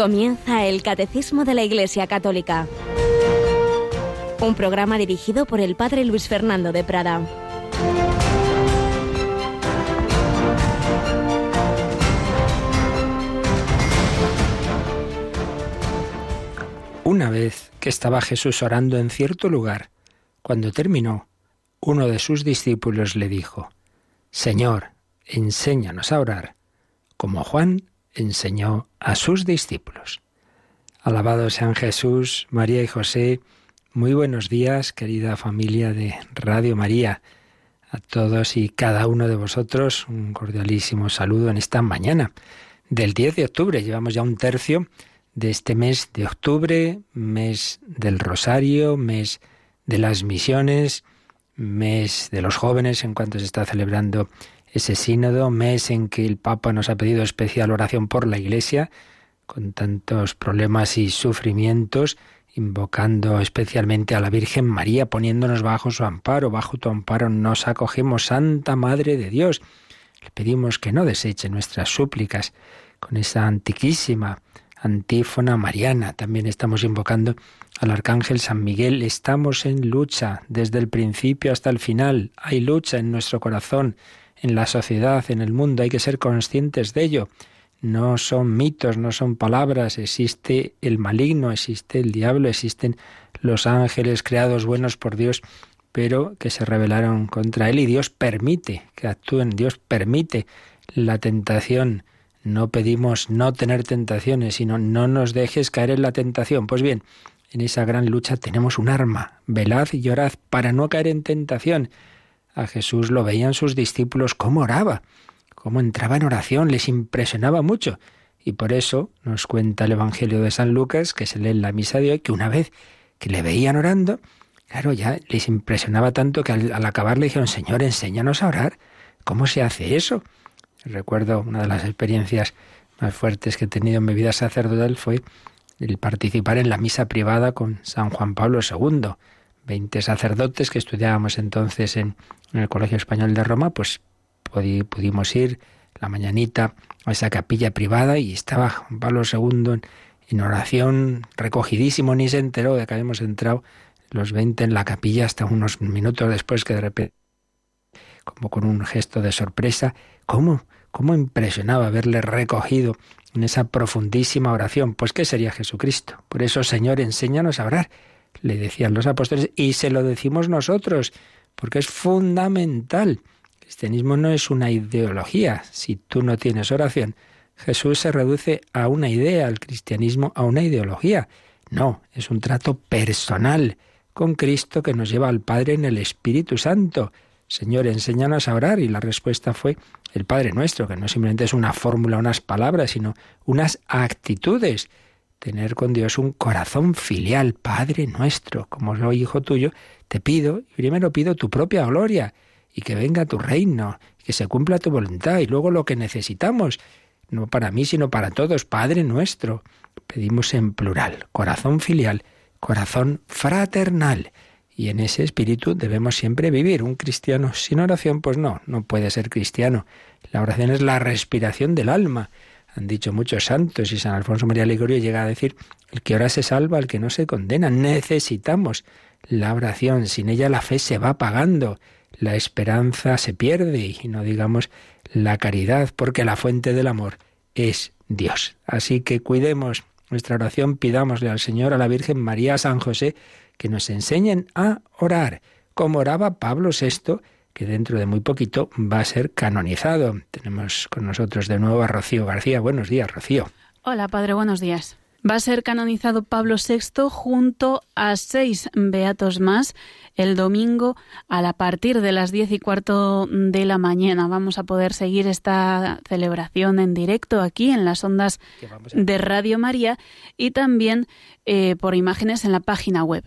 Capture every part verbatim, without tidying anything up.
Comienza el Catecismo de la Iglesia Católica, un programa dirigido por el Padre Luis Fernando de Prada. Una vez que estaba Jesús orando en cierto lugar, cuando terminó, uno de sus discípulos le dijo: Señor, enséñanos a orar, como Juan enseñó a sus discípulos. Alabados sean Jesús, María y José. Muy buenos días, querida familia de Radio María. A todos y cada uno de vosotros, un cordialísimo saludo en esta mañana del diez de octubre. Llevamos ya un tercio de este mes de octubre, mes del Rosario, mes de las misiones, mes de los jóvenes en cuanto se está celebrando ese sínodo, mes en que el Papa nos ha pedido especial oración por la Iglesia, con tantos problemas y sufrimientos, invocando especialmente a la Virgen María, poniéndonos bajo su amparo. Bajo tu amparo nos acogemos, Santa Madre de Dios. Le pedimos que no deseche nuestras súplicas con esa antiquísima antífona mariana. También estamos invocando al Arcángel San Miguel. Estamos en lucha desde el principio hasta el final. Hay lucha en nuestro corazón, en la sociedad, en el mundo. Hay que ser conscientes de ello. No son mitos, no son palabras. Existe el maligno, existe el diablo, existen los ángeles creados buenos por Dios, pero que se rebelaron contra él, y Dios permite que actúen. Dios permite la tentación. No pedimos no tener tentaciones, sino no nos dejes caer en la tentación. Pues bien, en esa gran lucha tenemos un arma. Velad y orad para no caer en tentación. A Jesús lo veían sus discípulos cómo oraba, cómo entraba en oración, les impresionaba mucho. Y por eso nos cuenta el Evangelio de San Lucas, que se lee en la misa de hoy, que una vez que le veían orando, claro, ya les impresionaba tanto que al, al acabar le dijeron: Señor, enséñanos a orar. ¿Cómo se hace eso? Recuerdo una de las experiencias más fuertes que he tenido en mi vida sacerdotal fue el participar en la misa privada con San Juan Pablo segundo. Veinte sacerdotes que estudiábamos entonces en, en el Colegio Español de Roma, pues pudi, pudimos ir la mañanita a esa capilla privada y estaba Juan Pablo segundo en, en oración, recogidísimo, ni se enteró de que habíamos entrado los veinte en la capilla hasta unos minutos después, que de repente, como con un gesto de sorpresa, ¿cómo? ¿Cómo impresionaba haberle recogido en esa profundísima oración? Pues ¿qué sería Jesucristo? Por eso, Señor, enséñanos a orar, le decían los apóstoles, y se lo decimos nosotros, porque es fundamental. El cristianismo no es una ideología. Si tú no tienes oración, Jesús se reduce a una idea, el cristianismo a una ideología. No, es un trato personal con Cristo que nos lleva al Padre en el Espíritu Santo. Señor, enséñanos a orar, y la respuesta fue el Padre Nuestro, que no simplemente es una fórmula, unas palabras, sino unas actitudes. Tener con Dios un corazón filial. Padre Nuestro, como soy hijo tuyo, te pido, y primero pido tu propia gloria, y que venga tu reino, que se cumpla tu voluntad, y luego lo que necesitamos, no para mí, sino para todos. Padre Nuestro, pedimos en plural, corazón filial, corazón fraternal. Y en ese espíritu debemos siempre vivir. Un cristiano sin oración, pues no, no puede ser cristiano. La oración es la respiración del alma. Han dicho muchos santos, y San Alfonso María Ligorio llega a decir: el que ora se salva, el que no se condena. Necesitamos la oración. Sin ella la fe se va apagando, la esperanza se pierde, y no digamos la caridad, porque la fuente del amor es Dios. Así que cuidemos nuestra oración, pidámosle al Señor, a la Virgen María, a San José, que nos enseñen a orar, como oraba Pablo sexto, que dentro de muy poquito va a ser canonizado. Tenemos con nosotros de nuevo a Rocío García. Buenos días, Rocío. Hola, padre, buenos días. Va a ser canonizado Pablo sexto junto a seis beatos más el domingo a partir de las diez y cuarto de la mañana. Vamos a poder seguir esta celebración en directo aquí en las ondas de Radio María, y también eh, por imágenes en la página web.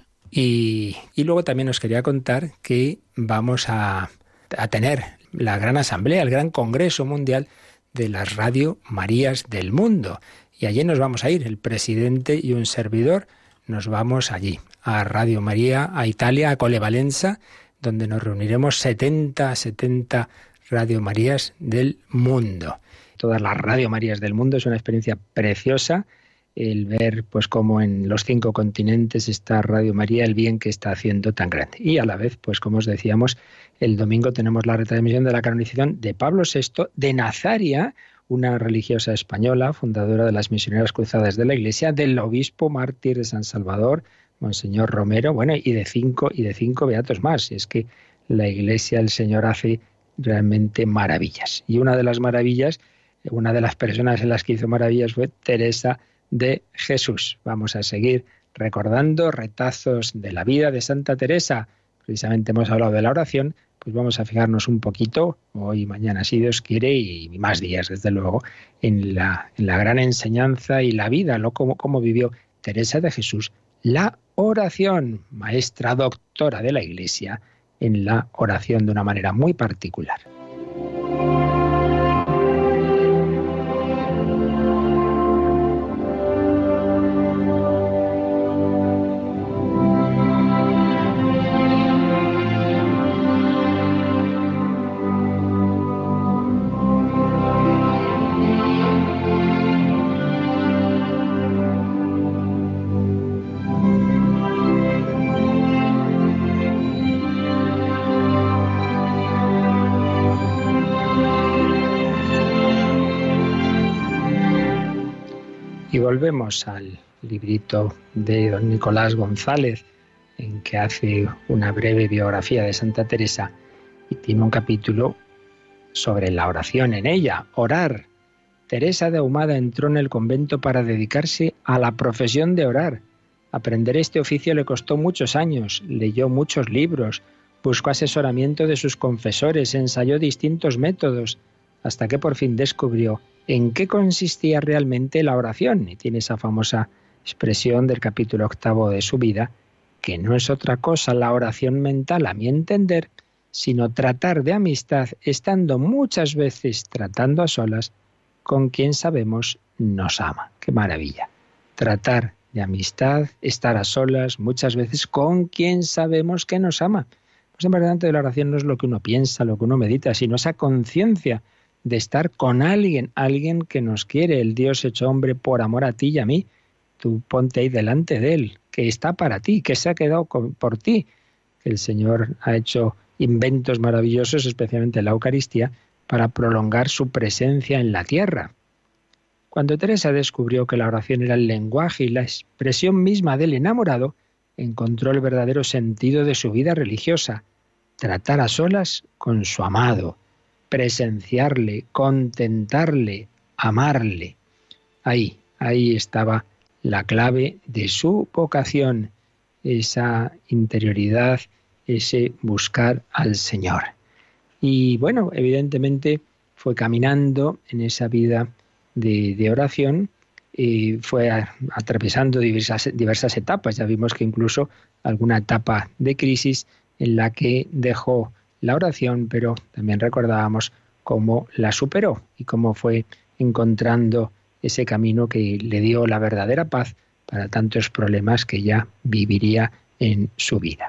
Y, y luego también os quería contar que vamos a, a tener la gran asamblea, el gran congreso mundial de las Radio Marías del mundo. Y allí nos vamos a ir, el presidente y un servidor, nos vamos allí, a Radio María, a Italia, a Colle Valenza, donde nos reuniremos setenta, setenta Radio Marías del mundo. Todas las Radio Marías del mundo, es una experiencia preciosa el ver pues cómo en los cinco continentes está Radio María, el bien que está haciendo tan grande. Y a la vez, pues como os decíamos, el domingo tenemos la retransmisión de la canonización de Pablo sexto, de Nazaria, una religiosa española, fundadora de las Misioneras Cruzadas de la Iglesia, del obispo mártir de San Salvador, Monseñor Romero, bueno, y de cinco, y de cinco beatos más. Y es que la Iglesia, el Señor hace realmente maravillas. Y una de las maravillas, una de las personas en las que hizo maravillas fue Teresa de Jesús. Vamos a seguir recordando retazos de la vida de Santa Teresa. Precisamente hemos hablado de la oración, pues vamos a fijarnos un poquito, hoy y mañana si Dios quiere, y más días desde luego, en la, en la gran enseñanza y la vida, ¿no? Cómo, cómo vivió Teresa de Jesús la oración, maestra doctora de la Iglesia en la oración de una manera muy particular. Y volvemos al librito de don Nicolás González, en que hace una breve biografía de Santa Teresa y tiene un capítulo sobre la oración en ella, orar. Teresa de Ahumada entró en el convento para dedicarse a la profesión de orar. Aprender este oficio le costó muchos años, leyó muchos libros, buscó asesoramiento de sus confesores, ensayó distintos métodos, hasta que por fin descubrió en qué consistía realmente la oración. Y tiene esa famosa expresión del capítulo octavo de su vida, que no es otra cosa la oración mental, a mi entender, sino tratar de amistad, estando muchas veces tratando a solas con quien sabemos nos ama. ¡Qué maravilla! Tratar de amistad, estar a solas, muchas veces con quien sabemos que nos ama. Pues en verdad, de la oración no es lo que uno piensa, lo que uno medita, sino esa conciencia de estar con alguien, alguien que nos quiere, el Dios hecho hombre por amor a ti y a mí. Tú ponte ahí delante de Él, que está para ti, que se ha quedado con, por ti. El Señor ha hecho inventos maravillosos, especialmente la Eucaristía, para prolongar su presencia en la tierra. Cuando Teresa descubrió que la oración era el lenguaje y la expresión misma del enamorado, encontró el verdadero sentido de su vida religiosa, tratar a solas con su amado, presenciarle, contentarle, amarle. Ahí, ahí estaba la clave de su vocación, esa interioridad, ese buscar al Señor. Y bueno, evidentemente fue caminando en esa vida de, de oración y fue a, atravesando diversas, diversas etapas. Ya vimos que incluso alguna etapa de crisis en la que dejó la oración, pero también recordábamos cómo la superó y cómo fue encontrando ese camino que le dio la verdadera paz para tantos problemas que ya viviría en su vida.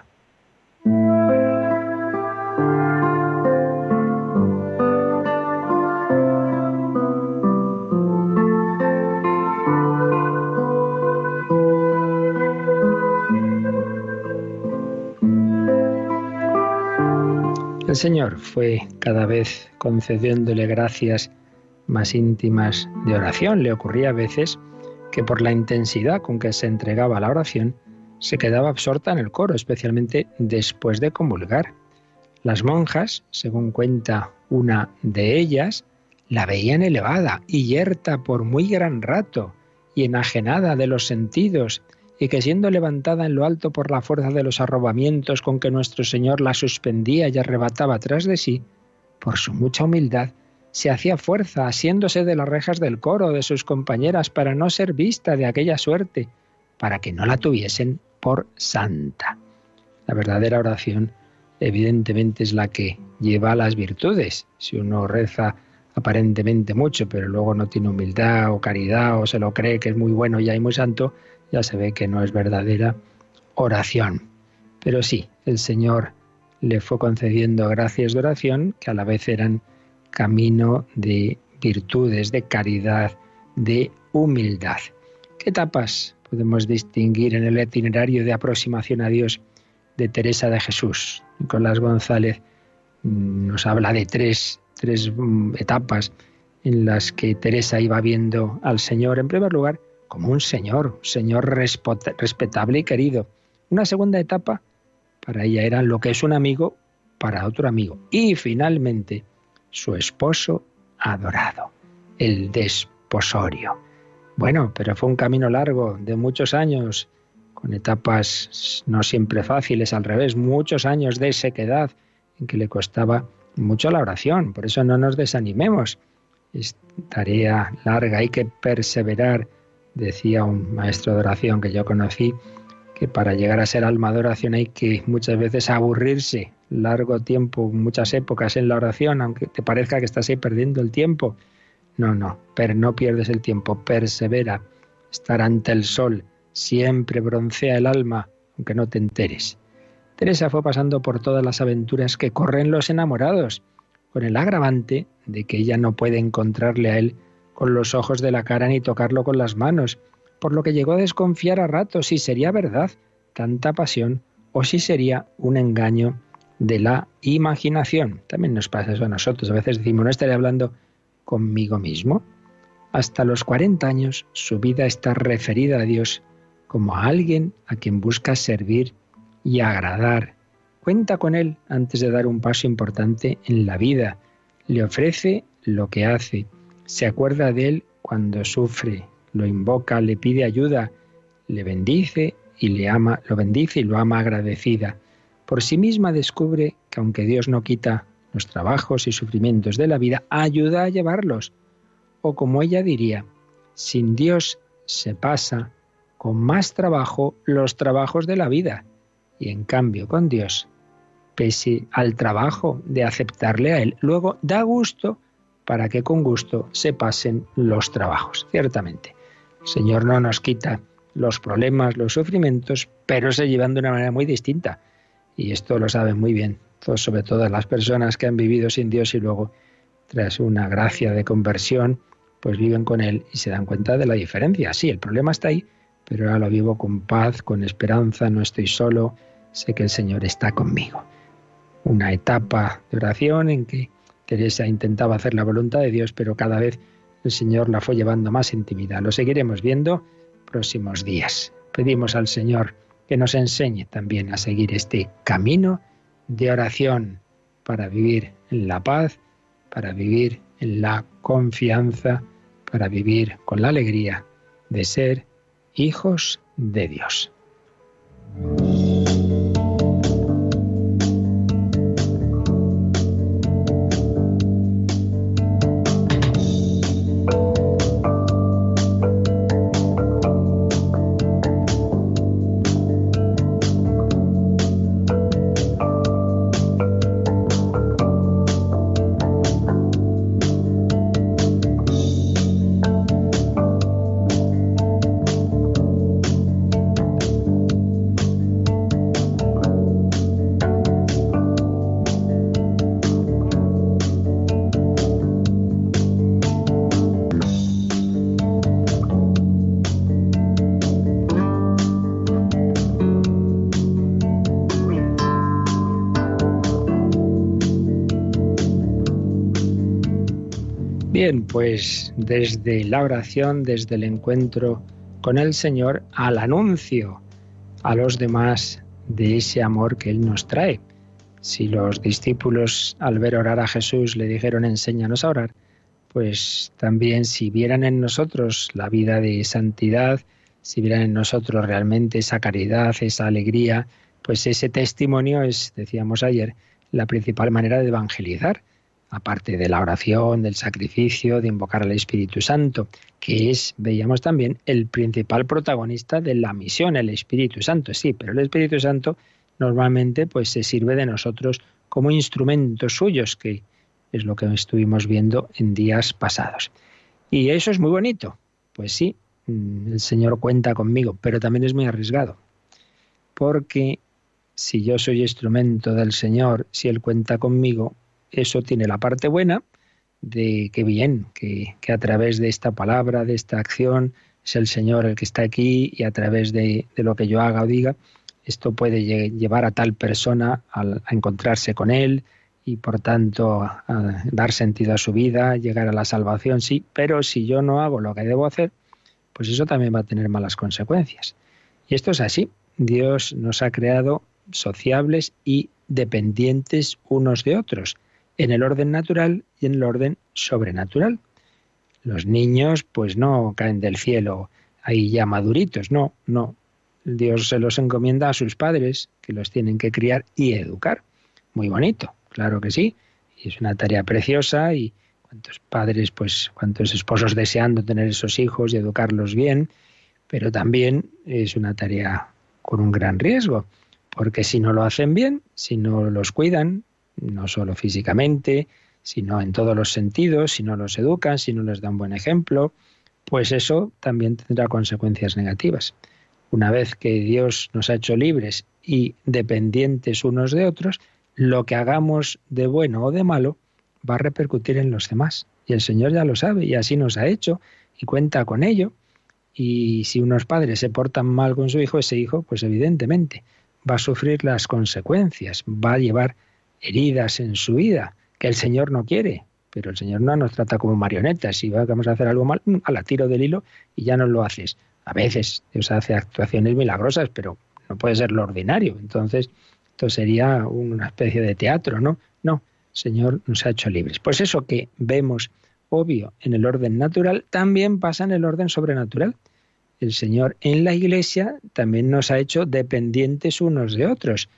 El Señor fue cada vez concediéndole gracias más íntimas de oración. Le ocurría a veces que por la intensidad con que se entregaba a la oración, se quedaba absorta en el coro, especialmente después de comulgar. Las monjas, según cuenta una de ellas, la veían elevada y yerta por muy gran rato y enajenada de los sentidos, y que siendo levantada en lo alto por la fuerza de los arrobamientos con que nuestro Señor la suspendía y arrebataba tras de sí, por su mucha humildad, se hacía fuerza, asiéndose de las rejas del coro de sus compañeras para no ser vista de aquella suerte, para que no la tuviesen por santa. La verdadera oración, evidentemente, es la que lleva a las virtudes. Si uno reza aparentemente mucho, pero luego no tiene humildad o caridad o se lo cree que es muy bueno y muy santo, ya se ve que no es verdadera oración. Pero sí, el Señor le fue concediendo gracias de oración que a la vez eran camino de virtudes, de caridad, de humildad. ¿Qué etapas podemos distinguir en el itinerario de aproximación a Dios de Teresa de Jesús? Nicolás González nos habla de tres, tres etapas en las que Teresa iba viendo al Señor, en primer lugar, como un Señor, un Señor respetable y querido. Una segunda etapa para ella era lo que es un amigo para otro amigo. Y finalmente, su esposo adorado, el desposorio. Bueno, pero fue un camino largo, de muchos años, con etapas no siempre fáciles, al revés, muchos años de sequedad, en que le costaba mucho la oración. Por eso no nos desanimemos. Es tarea larga, hay que perseverar. Decía un maestro de oración que yo conocí, que para llegar a ser alma de oración hay que muchas veces aburrirse largo tiempo, muchas épocas en la oración, aunque te parezca que estás ahí perdiendo el tiempo. No, no, pero no pierdes el tiempo, persevera. Estar ante el sol siempre broncea el alma, aunque no te enteres. Teresa fue pasando por todas las aventuras que corren los enamorados, con el agravante de que ella no puede encontrarle a él con los ojos de la cara ni tocarlo con las manos, por lo que llegó a desconfiar a ratos si sería verdad tanta pasión o si sería un engaño de la imaginación. También nos pasa eso a nosotros. A veces decimos, ¿no estaré hablando conmigo mismo? Hasta los cuarenta años su vida está referida a Dios como a alguien a quien busca servir y agradar. Cuenta con Él antes de dar un paso importante en la vida. Le ofrece lo que hace. Se acuerda de Él cuando sufre. Lo invoca, le pide ayuda. Le bendice y le ama, lo bendice y lo ama agradecida. Por sí misma descubre que aunque Dios no quita los trabajos y sufrimientos de la vida, ayuda a llevarlos. O como ella diría, sin Dios se pasa con más trabajo los trabajos de la vida. Y en cambio con Dios, pese al trabajo de aceptarle a Él, luego da gusto para que con gusto se pasen los trabajos. Ciertamente, el Señor no nos quita los problemas, los sufrimientos, pero se llevan de una manera muy distinta. Y esto lo saben muy bien, todos, sobre todo las personas que han vivido sin Dios y luego, tras una gracia de conversión, pues viven con Él y se dan cuenta de la diferencia. Sí, el problema está ahí, pero ahora lo vivo con paz, con esperanza, no estoy solo, sé que el Señor está conmigo. Una etapa de oración en que Teresa intentaba hacer la voluntad de Dios, pero cada vez el Señor la fue llevando más intimidad. Lo seguiremos viendo próximos días. Pedimos al Señor que nos enseñe también a seguir este camino de oración para vivir en la paz, para vivir en la confianza, para vivir con la alegría de ser hijos de Dios. Bien, pues desde la oración, desde el encuentro con el Señor, al anuncio a los demás de ese amor que Él nos trae. Si los discípulos al ver orar a Jesús le dijeron enséñanos a orar, pues también si vieran en nosotros la vida de santidad, si vieran en nosotros realmente esa caridad, esa alegría, pues ese testimonio es, decíamos ayer, la principal manera de evangelizar. Aparte de la oración, del sacrificio, de invocar al Espíritu Santo, que es, veíamos también, el principal protagonista de la misión, el Espíritu Santo, sí, pero el Espíritu Santo normalmente pues se sirve de nosotros como instrumentos suyos, que es lo que estuvimos viendo en días pasados. Y eso es muy bonito, pues sí, el Señor cuenta conmigo, pero también es muy arriesgado, porque si yo soy instrumento del Señor, si Él cuenta conmigo, eso tiene la parte buena de que bien, que, que a través de esta palabra, de esta acción, es el Señor el que está aquí y a través de, de lo que yo haga o diga, esto puede llevar a tal persona a, a encontrarse con Él y por tanto a, a dar sentido a su vida, llegar a la salvación, sí, pero si yo no hago lo que debo hacer, pues eso también va a tener malas consecuencias. Y esto es así. Dios nos ha creado sociables y dependientes unos de otros, en el orden natural y en el orden sobrenatural. Los niños pues no caen del cielo ahí ya maduritos, no, no. Dios se los encomienda a sus padres, que los tienen que criar y educar. Muy bonito, claro que sí. Y es una tarea preciosa y cuántos padres, pues cuántos esposos deseando tener esos hijos y educarlos bien, pero también es una tarea con un gran riesgo, porque si no lo hacen bien, si no los cuidan, no solo físicamente, sino en todos los sentidos, si no los educan, si no les dan buen ejemplo, pues eso también tendrá consecuencias negativas. Una vez que Dios nos ha hecho libres y dependientes unos de otros, lo que hagamos de bueno o de malo va a repercutir en los demás. Y el Señor ya lo sabe y así nos ha hecho y cuenta con ello. Y si unos padres se portan mal con su hijo, ese hijo, pues evidentemente va a sufrir las consecuencias, va a llevar heridas en su vida, que el Señor no quiere. Pero el Señor no nos trata como marionetas. Si vamos a hacer algo mal, a la tiro del hilo y ya no lo haces. A veces Dios hace actuaciones milagrosas, pero no puede ser lo ordinario. Entonces, esto sería una especie de teatro, ¿no? No, el Señor nos ha hecho libres. Pues eso que vemos obvio en el orden natural, también pasa en el orden sobrenatural. El Señor en la Iglesia también nos ha hecho dependientes unos de otros.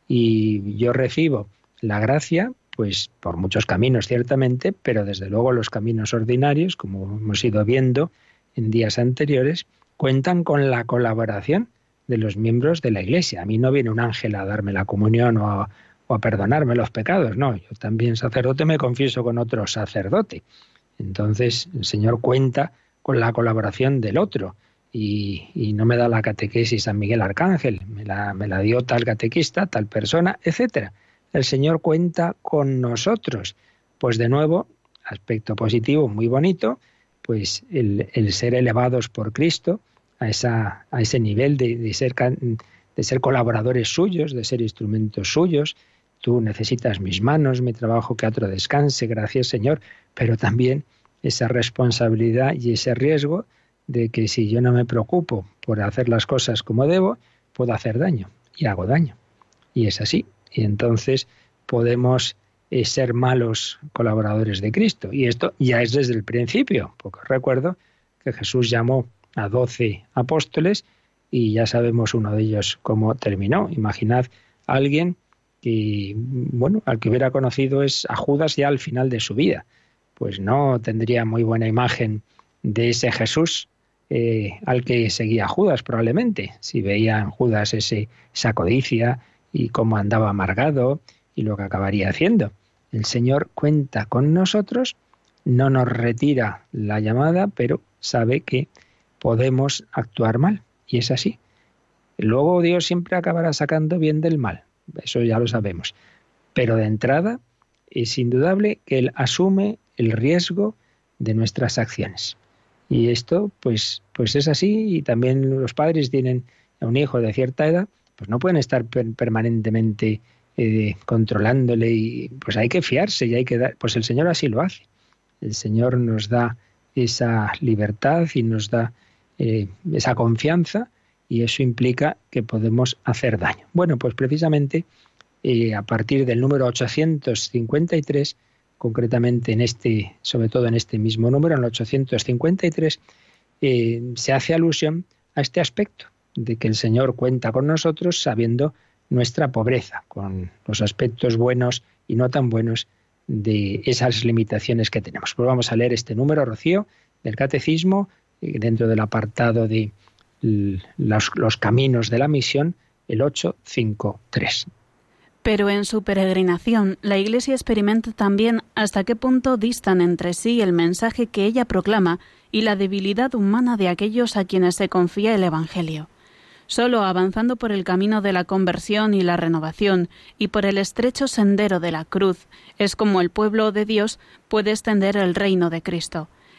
Y yo recibo la gracia, pues por muchos caminos ciertamente, pero desde luego los caminos ordinarios, como hemos ido viendo en días anteriores, cuentan con la colaboración de los miembros de la Iglesia. A mí no viene un ángel a darme la comunión o a, o a perdonarme los pecados, no. Yo también, sacerdote, me confieso con otro sacerdote. Entonces el Señor cuenta con la colaboración del otro y, y no me da la catequesis San Miguel Arcángel, me la, me la dio tal catequista, tal persona, etcétera. El Señor cuenta con nosotros. Pues de nuevo, aspecto positivo muy bonito, pues el, el ser elevados por Cristo a, esa, a ese nivel de, de, ser, de ser colaboradores suyos, de ser instrumentos suyos. Tú necesitas mis manos, mi trabajo, que otro descanse, gracias Señor, pero también esa responsabilidad y ese riesgo de que si yo no me preocupo por hacer las cosas como debo, puedo hacer daño y hago daño. Y es así. Y entonces podemos eh, ser malos colaboradores de Cristo. Y esto ya es desde el principio, porque recuerdo que Jesús llamó a doce apóstoles y ya sabemos uno de ellos cómo terminó. Imaginad a alguien que, bueno, al que hubiera conocido es a Judas ya al final de su vida. Pues no tendría muy buena imagen de ese Jesús eh, al que seguía Judas probablemente. Si veía en Judas ese, esa codicia y cómo andaba amargado y lo que acabaría haciendo. El Señor cuenta con nosotros, no nos retira la llamada, pero sabe que podemos actuar mal. Y es así. Luego Dios siempre acabará sacando bien del mal. Eso ya lo sabemos. Pero de entrada es indudable que Él asume el riesgo de nuestras acciones. Y esto pues, pues es así. Y también los padres tienen a un hijo de cierta edad, pues no pueden estar per- permanentemente eh, controlándole y pues hay que fiarse y hay que dar, pues el Señor así lo hace. El Señor nos da esa libertad y nos da eh, esa confianza y eso implica que podemos hacer daño. Bueno, pues precisamente eh, a partir del número ochocientos cincuenta y tres, concretamente en este, sobre todo en este mismo número, en el ochocientos cincuenta y tres, eh, se hace alusión a este aspecto de que el Señor cuenta con nosotros sabiendo nuestra pobreza, con los aspectos buenos y no tan buenos de esas limitaciones que tenemos. Pues vamos a leer este número, Rocío, del Catecismo, dentro del apartado de los, los caminos de la misión, el ochocientos cincuenta y tres. Pero en su peregrinación, la Iglesia experimenta también hasta qué punto distan entre sí el mensaje que ella proclama y la debilidad humana de aquellos a quienes se confía el Evangelio. Solo avanzando por el camino de la conversión y la renovación y por el estrecho sendero de la cruz es como el pueblo de Dios puede extender el reino de Cristo.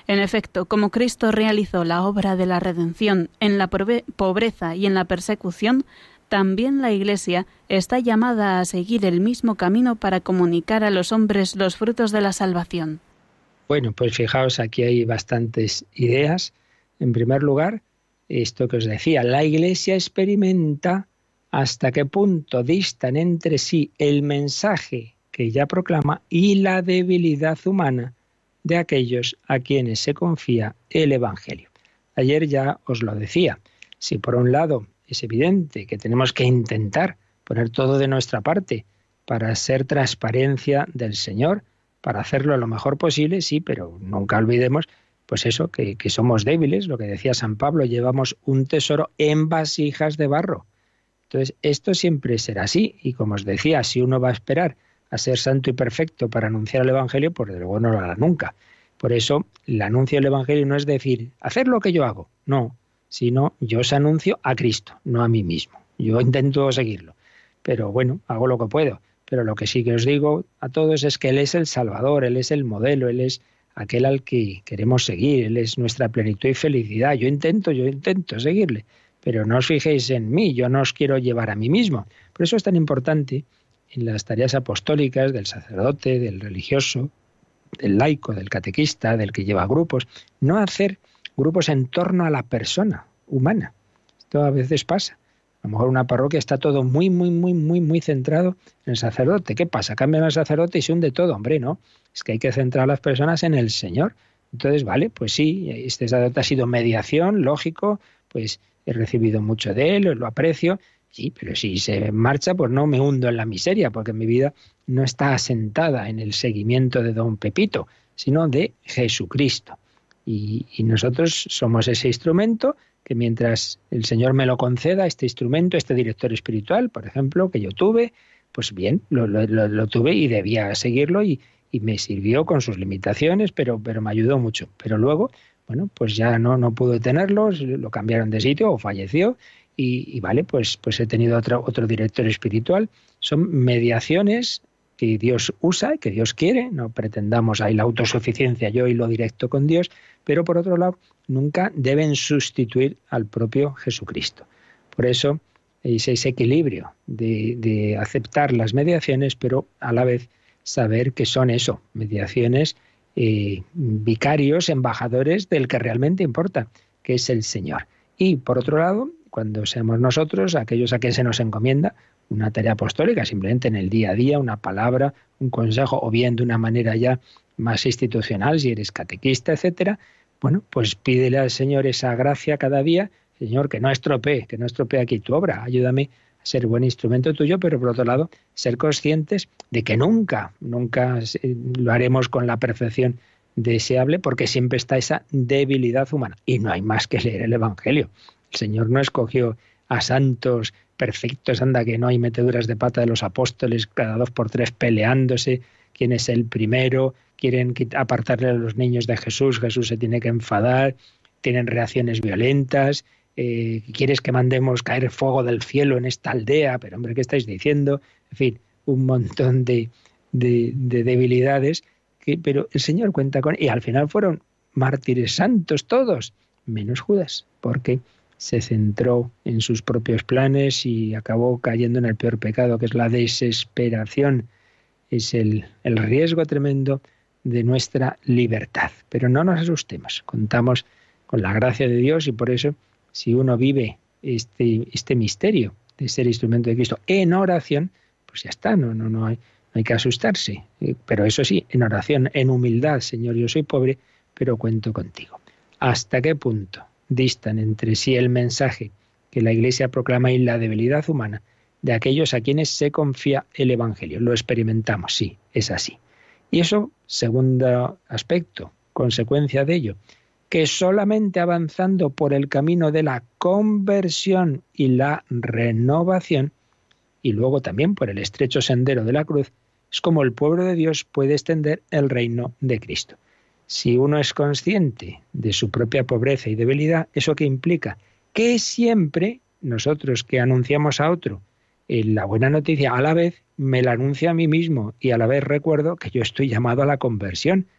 En efecto, como Cristo realizó la obra de la redención en la pobreza y en la persecución, también la Iglesia está llamada a seguir el mismo camino para comunicar a los hombres los frutos de la salvación. Bueno, pues fijaos, aquí hay bastantes ideas. En primer lugar, esto que os decía, la Iglesia experimenta hasta qué punto distan entre sí el mensaje que ella proclama y la debilidad humana de aquellos a quienes se confía el Evangelio. Ayer ya os lo decía, si por un lado es evidente que tenemos que intentar poner todo de nuestra parte para ser transparencia del Señor, para hacerlo lo mejor posible, sí, pero nunca olvidemos, pues eso, que, que somos débiles, lo que decía San Pablo, llevamos un tesoro en vasijas de barro. Entonces, esto siempre será así, y como os decía, si uno va a esperar a ser santo y perfecto para anunciar el Evangelio, pues de luego no lo hará nunca. Por eso, el anuncio del Evangelio no es decir, hacer lo que yo hago, no, sino yo os anuncio a Cristo, no a mí mismo. Yo intento seguirlo, pero bueno, hago lo que puedo. Pero lo que sí que os digo a todos es que Él es el Salvador, Él es el modelo, Él es aquel al que queremos seguir, Él es nuestra plenitud y felicidad. Yo intento, yo intento seguirle, pero no os fijéis en mí, yo no os quiero llevar a mí mismo. Por eso es tan importante en las tareas apostólicas del sacerdote, del religioso, del laico, del catequista, del que lleva grupos, no hacer grupos en torno a la persona humana. Esto a veces pasa. A lo mejor una parroquia está todo muy, muy, muy, muy, muy centrado en el sacerdote. ¿Qué pasa? Cambian al sacerdote y se hunde todo. Hombre, no. Es que hay que centrar a las personas en el Señor. Entonces, vale, pues sí, este sacerdote ha sido mediación, lógico, pues he recibido mucho de él, lo aprecio. Sí, pero si se marcha, pues no me hundo en la miseria, porque mi vida no está asentada en el seguimiento de don Pepito, sino de Jesucristo. Y, y nosotros somos ese instrumento que mientras el Señor me lo conceda, este instrumento, este director espiritual, por ejemplo, que yo tuve, pues bien, lo, lo, lo tuve y debía seguirlo y, y me sirvió con sus limitaciones, pero, pero me ayudó mucho. Pero luego, bueno, pues ya no, no pude tenerlo, lo cambiaron de sitio o falleció y, y vale, pues, pues he tenido otro, otro director espiritual. Son mediaciones que Dios usa y que Dios quiere, no pretendamos ahí la autosuficiencia, yo y lo directo con Dios, pero por otro lado, nunca deben sustituir al propio Jesucristo. Por eso es ese equilibrio de, de aceptar las mediaciones, pero a la vez saber que son eso, mediaciones, eh, vicarios, embajadores del que realmente importa, que es el Señor. Y por otro lado, cuando seamos nosotros, aquellos a quienes se nos encomienda una tarea apostólica, simplemente en el día a día, una palabra, un consejo, o bien de una manera ya más institucional, si eres catequista, etcétera, bueno, pues pídele al Señor esa gracia cada día, Señor, que no estropee, que no estropee aquí tu obra, ayúdame a ser buen instrumento tuyo, pero por otro lado, ser conscientes de que nunca, nunca lo haremos con la perfección deseable, porque siempre está esa debilidad humana. Y no hay más que leer el Evangelio. El Señor no escogió a santos perfectos, anda que no hay meteduras de pata de los apóstoles, cada dos por tres peleándose, quién es el primero, quieren apartarle a los niños de Jesús, Jesús se tiene que enfadar, tienen reacciones violentas, eh, quieres que mandemos caer fuego del cielo en esta aldea, pero hombre, ¿qué estáis diciendo? En fin, un montón de, de, de debilidades, que, pero el Señor cuenta con... Y al final fueron mártires santos todos, menos Judas, porque se centró en sus propios planes y acabó cayendo en el peor pecado, que es la desesperación. Es el, el riesgo tremendo de nuestra libertad. Pero no nos asustemos, contamos con la gracia de Dios y por eso, si uno vive este, este misterio de ser instrumento de Cristo en oración, pues ya está, no, no, no, hay, no hay que asustarse. Pero eso sí, en oración, en humildad, Señor, yo soy pobre, pero cuento contigo. ¿Hasta qué punto distan entre sí el mensaje que la Iglesia proclama y la debilidad humana de aquellos a quienes se confía el Evangelio? Lo experimentamos, sí, es así. Y eso, segundo aspecto, consecuencia de ello, que solamente avanzando por el camino de la conversión y la renovación, y luego también por el estrecho sendero de la cruz, es como el pueblo de Dios puede extender el reino de Cristo. Si uno es consciente de su propia pobreza y debilidad, ¿eso qué implica? Que siempre nosotros que anunciamos a otro la buena noticia, a la vez me la anuncio a mí mismo y a la vez recuerdo que yo estoy llamado a la conversión.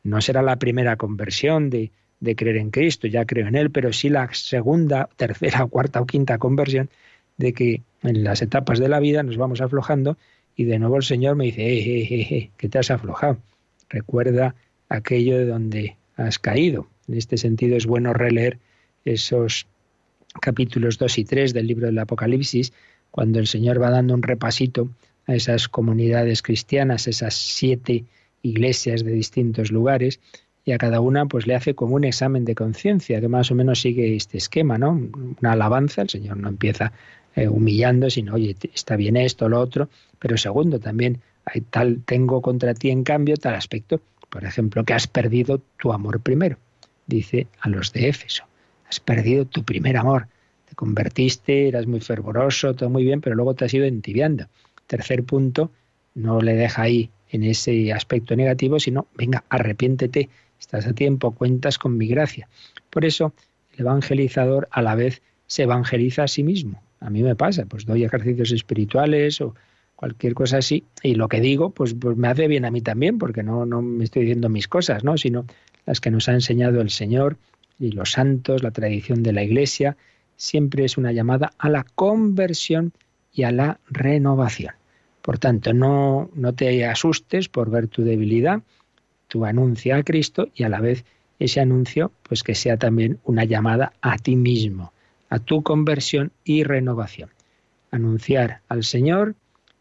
No será la primera conversión de, de creer en Cristo, ya creo en Él, pero sí la segunda, tercera, cuarta o quinta conversión de que en las etapas de la vida nos vamos aflojando y de nuevo el Señor me dice, eh, eh, eh, eh, que te has aflojado. Recuerda aquello de donde has caído. En este sentido es bueno releer esos capítulos dos y tres del libro del Apocalipsis, cuando el Señor va dando un repasito a esas comunidades cristianas, esas siete iglesias de distintos lugares, y a cada una pues le hace como un examen de conciencia, que más o menos sigue este esquema, ¿no? Una alabanza, el Señor no empieza eh, humillando, sino, oye, está bien esto, lo otro, pero segundo, también hay tal, tengo contra ti en cambio tal aspecto, por ejemplo, que has perdido tu amor primero, dice a los de Éfeso, has perdido tu primer amor, te convertiste, eras muy fervoroso, todo muy bien, pero luego te has ido entibiando. Tercer punto, no le deja ahí en ese aspecto negativo, sino, venga, arrepiéntete, estás a tiempo, cuentas con mi gracia. Por eso, el evangelizador a la vez se evangeliza a sí mismo. A mí me pasa, pues doy ejercicios espirituales o cualquier cosa así, y lo que digo, pues, pues me hace bien a mí también, porque no, no me estoy diciendo mis cosas, ¿no? Sino las que nos ha enseñado el Señor y los santos, la tradición de la Iglesia. Siempre es una llamada a la conversión y a la renovación. Por tanto, no, no te asustes por ver tu debilidad, tú anuncia a Cristo y a la vez ese anuncio, pues que sea también una llamada a ti mismo, a tu conversión y renovación. Anunciar al Señor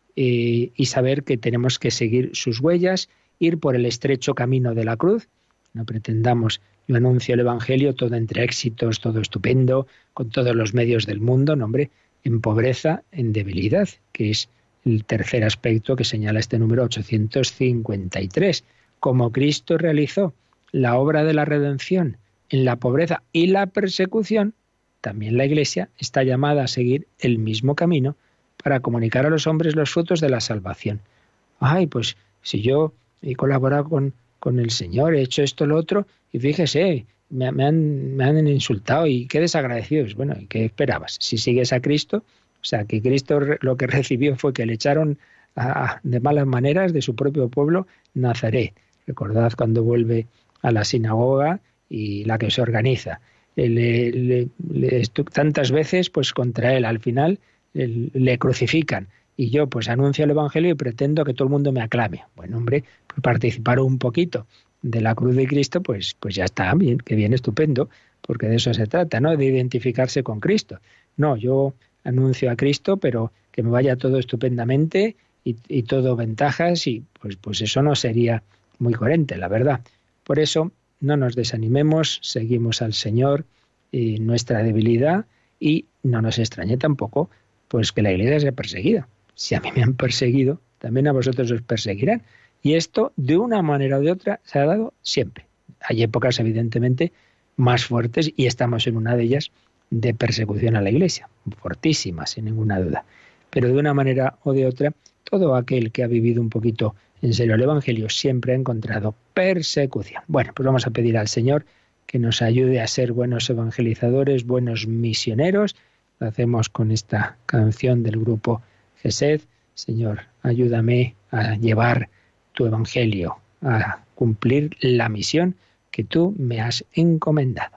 eh, y saber que tenemos que seguir sus huellas, ir por el estrecho camino de la cruz. No pretendamos, yo anuncio el Evangelio todo entre éxitos, todo estupendo, con todos los medios del mundo, no, hombre, en pobreza, en debilidad, que es el tercer aspecto que señala este número ochocientos cincuenta y tres. Como Cristo realizó la obra de la redención en la pobreza y la persecución, también la Iglesia está llamada a seguir el mismo camino para comunicar a los hombres los frutos de la salvación. Ay, pues si yo he colaborado con, con el Señor, he hecho esto, lo otro, y fíjese, me, me, han, me han insultado y qué desagradecidos. Bueno, ¿y qué esperabas? Si sigues a Cristo, o sea, que Cristo lo que recibió fue que le echaron a, de malas maneras de su propio pueblo, Nazaret. Recordad cuando vuelve a la sinagoga y la que se organiza. Le, le, le, tantas veces pues contra él, al final le, le crucifican. Y yo pues anuncio el Evangelio y pretendo que todo el mundo me aclame. Bueno, hombre, pues participar un poquito de la cruz de Cristo, pues, pues ya está bien, que bien, estupendo, porque de eso se trata, ¿no? De identificarse con Cristo. No, yo anuncio a Cristo, pero que me vaya todo estupendamente y, y todo ventajas, y pues, pues eso no sería muy coherente, la verdad. Por eso, no nos desanimemos, seguimos al Señor y nuestra debilidad, y no nos extrañe tampoco pues que la Iglesia sea perseguida. Si a mí me han perseguido, también a vosotros os perseguirán. Y esto, de una manera o de otra, se ha dado siempre. Hay épocas, evidentemente, más fuertes, y estamos en una de ellas, de persecución a la Iglesia, fortísima, sin ninguna duda. Pero de una manera o de otra, todo aquel que ha vivido un poquito en serio el Evangelio siempre ha encontrado persecución. Bueno, pues vamos a pedir al Señor que nos ayude a ser buenos evangelizadores, buenos misioneros. Lo hacemos con esta canción del grupo Gesed. Señor, ayúdame a llevar tu Evangelio, a cumplir la misión que tú me has encomendado.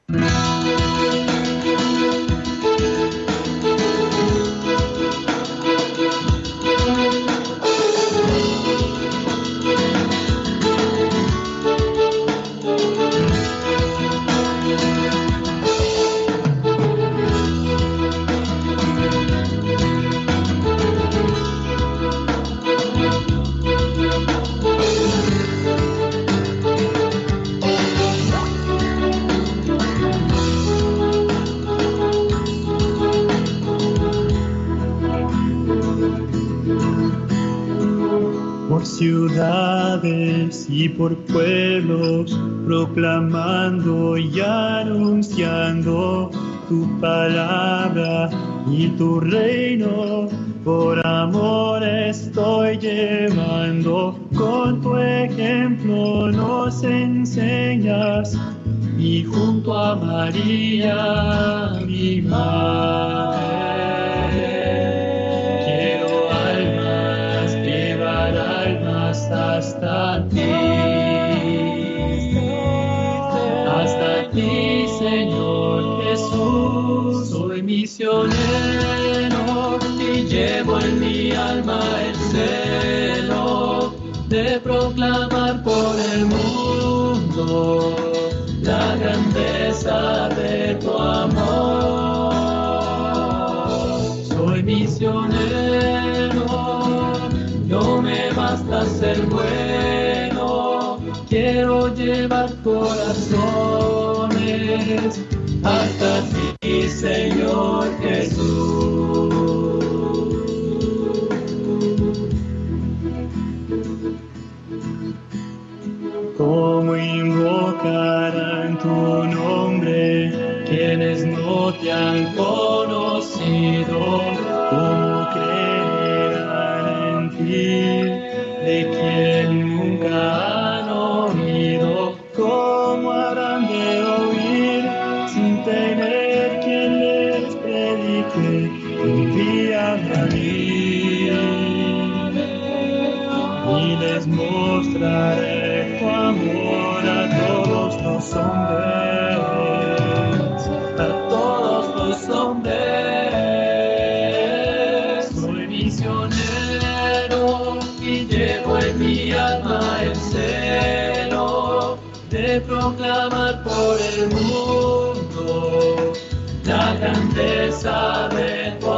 Ciudades y por pueblos, proclamando y anunciando tu palabra y tu reino. Por amor estoy llevando, con tu ejemplo nos enseñas, y junto a María, mi madre, hasta ti. Jesús, soy misionero y llevo en mi alma el celo de proclamar por el mundo la grandeza de tu amor. Soy misionero, no me basta ser bueno, quiero llevar corazones hasta ti, Señor Jesús. ¿Cómo invocarán tu nombre quienes no te han conocido? ¿Cómo creerán en ti de quien nunca han oído? ¿Cómo habrán de oír sin tener quien les predique? Envíame a mí y les mostraré tu amor a todos los hombres, a todos los hombres. Soy misionero y llevo en mi alma el celo de proclamar por el mundo la grandeza de tu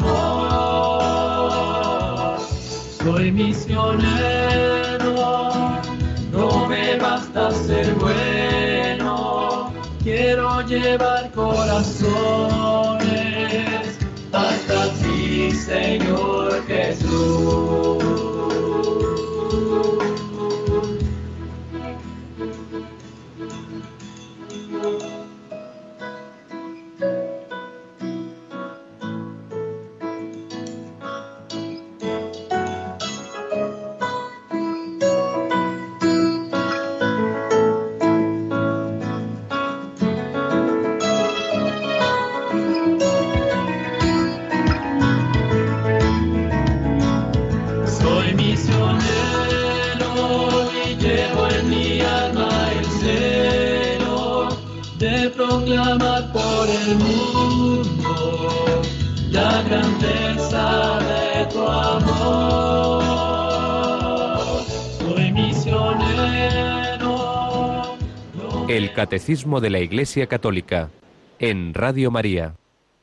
amor. Soy misionero, no me basta ser bueno, quiero llevar corazones hasta ti, Señor Jesús. Proclamar por el mundo la grandeza de tu amor. Soy misionero. No... El Catecismo de la Iglesia Católica en Radio María.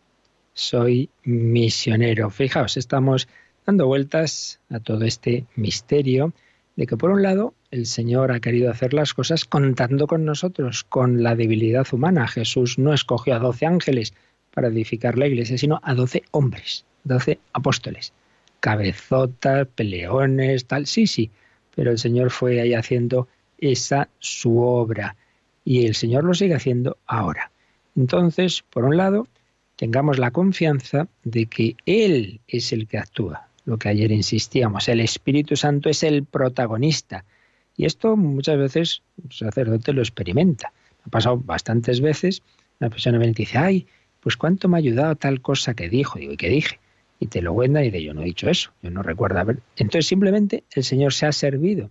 Soy misionero. Fijaos, estamos dando vueltas a todo este misterio de que por un lado el Señor ha querido hacer las cosas contando con nosotros, con la debilidad humana. Jesús no escogió a doce ángeles para edificar la Iglesia, sino a doce hombres, doce apóstoles. Cabezotas, peleones, tal, sí, sí, pero el Señor fue ahí haciendo esa su obra y el Señor lo sigue haciendo ahora. Entonces, por un lado, tengamos la confianza de que Él es el que actúa. Lo que ayer insistíamos, el Espíritu Santo es el protagonista. Y esto muchas veces el sacerdote lo experimenta. Me ha pasado bastantes veces, una persona me dice, ay, pues cuánto me ha ayudado tal cosa que dijo. Digo, ¿y qué dije? Y te lo cuentan y dice, yo no he dicho eso, yo no recuerdo haber... Entonces simplemente el Señor se ha servido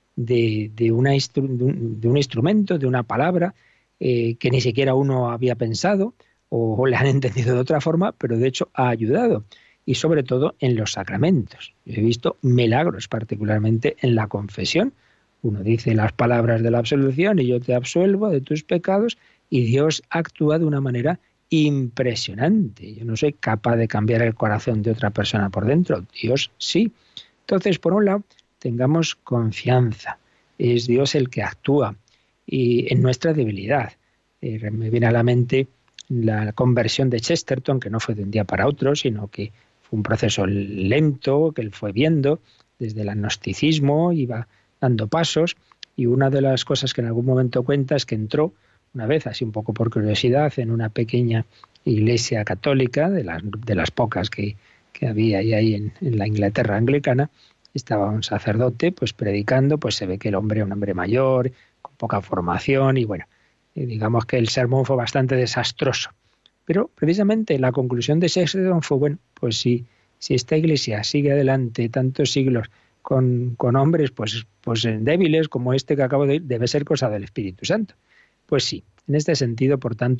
de, de, una instru... de, un, de un instrumento, de una palabra eh, que ni siquiera uno había pensado o, o le han entendido de otra forma, pero de hecho ha ayudado. Y sobre todo en los sacramentos. Yo he visto milagros, particularmente en la confesión. Uno dice las palabras de la absolución y yo te absuelvo de tus pecados y Dios actúa de una manera impresionante. Yo no soy capaz de cambiar el corazón de otra persona por dentro. Dios sí. Entonces, por un lado, tengamos confianza. Es Dios el que actúa y en nuestra debilidad. Eh, me viene a la mente la conversión de Chesterton, que no fue de un día para otro, sino que fue un proceso lento que él fue viendo desde el agnosticismo, iba dando pasos, y una de las cosas que en algún momento cuenta es que entró una vez, así un poco por curiosidad, en una pequeña iglesia católica, de las, de las pocas que, que había ahí, ahí en, en la Inglaterra anglicana. Estaba un sacerdote pues predicando, pues se ve que el hombre era un hombre mayor, con poca formación, y bueno, digamos que el sermón fue bastante desastroso. Pero precisamente la conclusión de Chesterton fue, bueno, pues si, si esta iglesia sigue adelante tantos siglos con, con hombres pues, pues débiles como este que acabo de ir, debe ser cosa del Espíritu Santo. Pues sí, en este sentido, por tanto,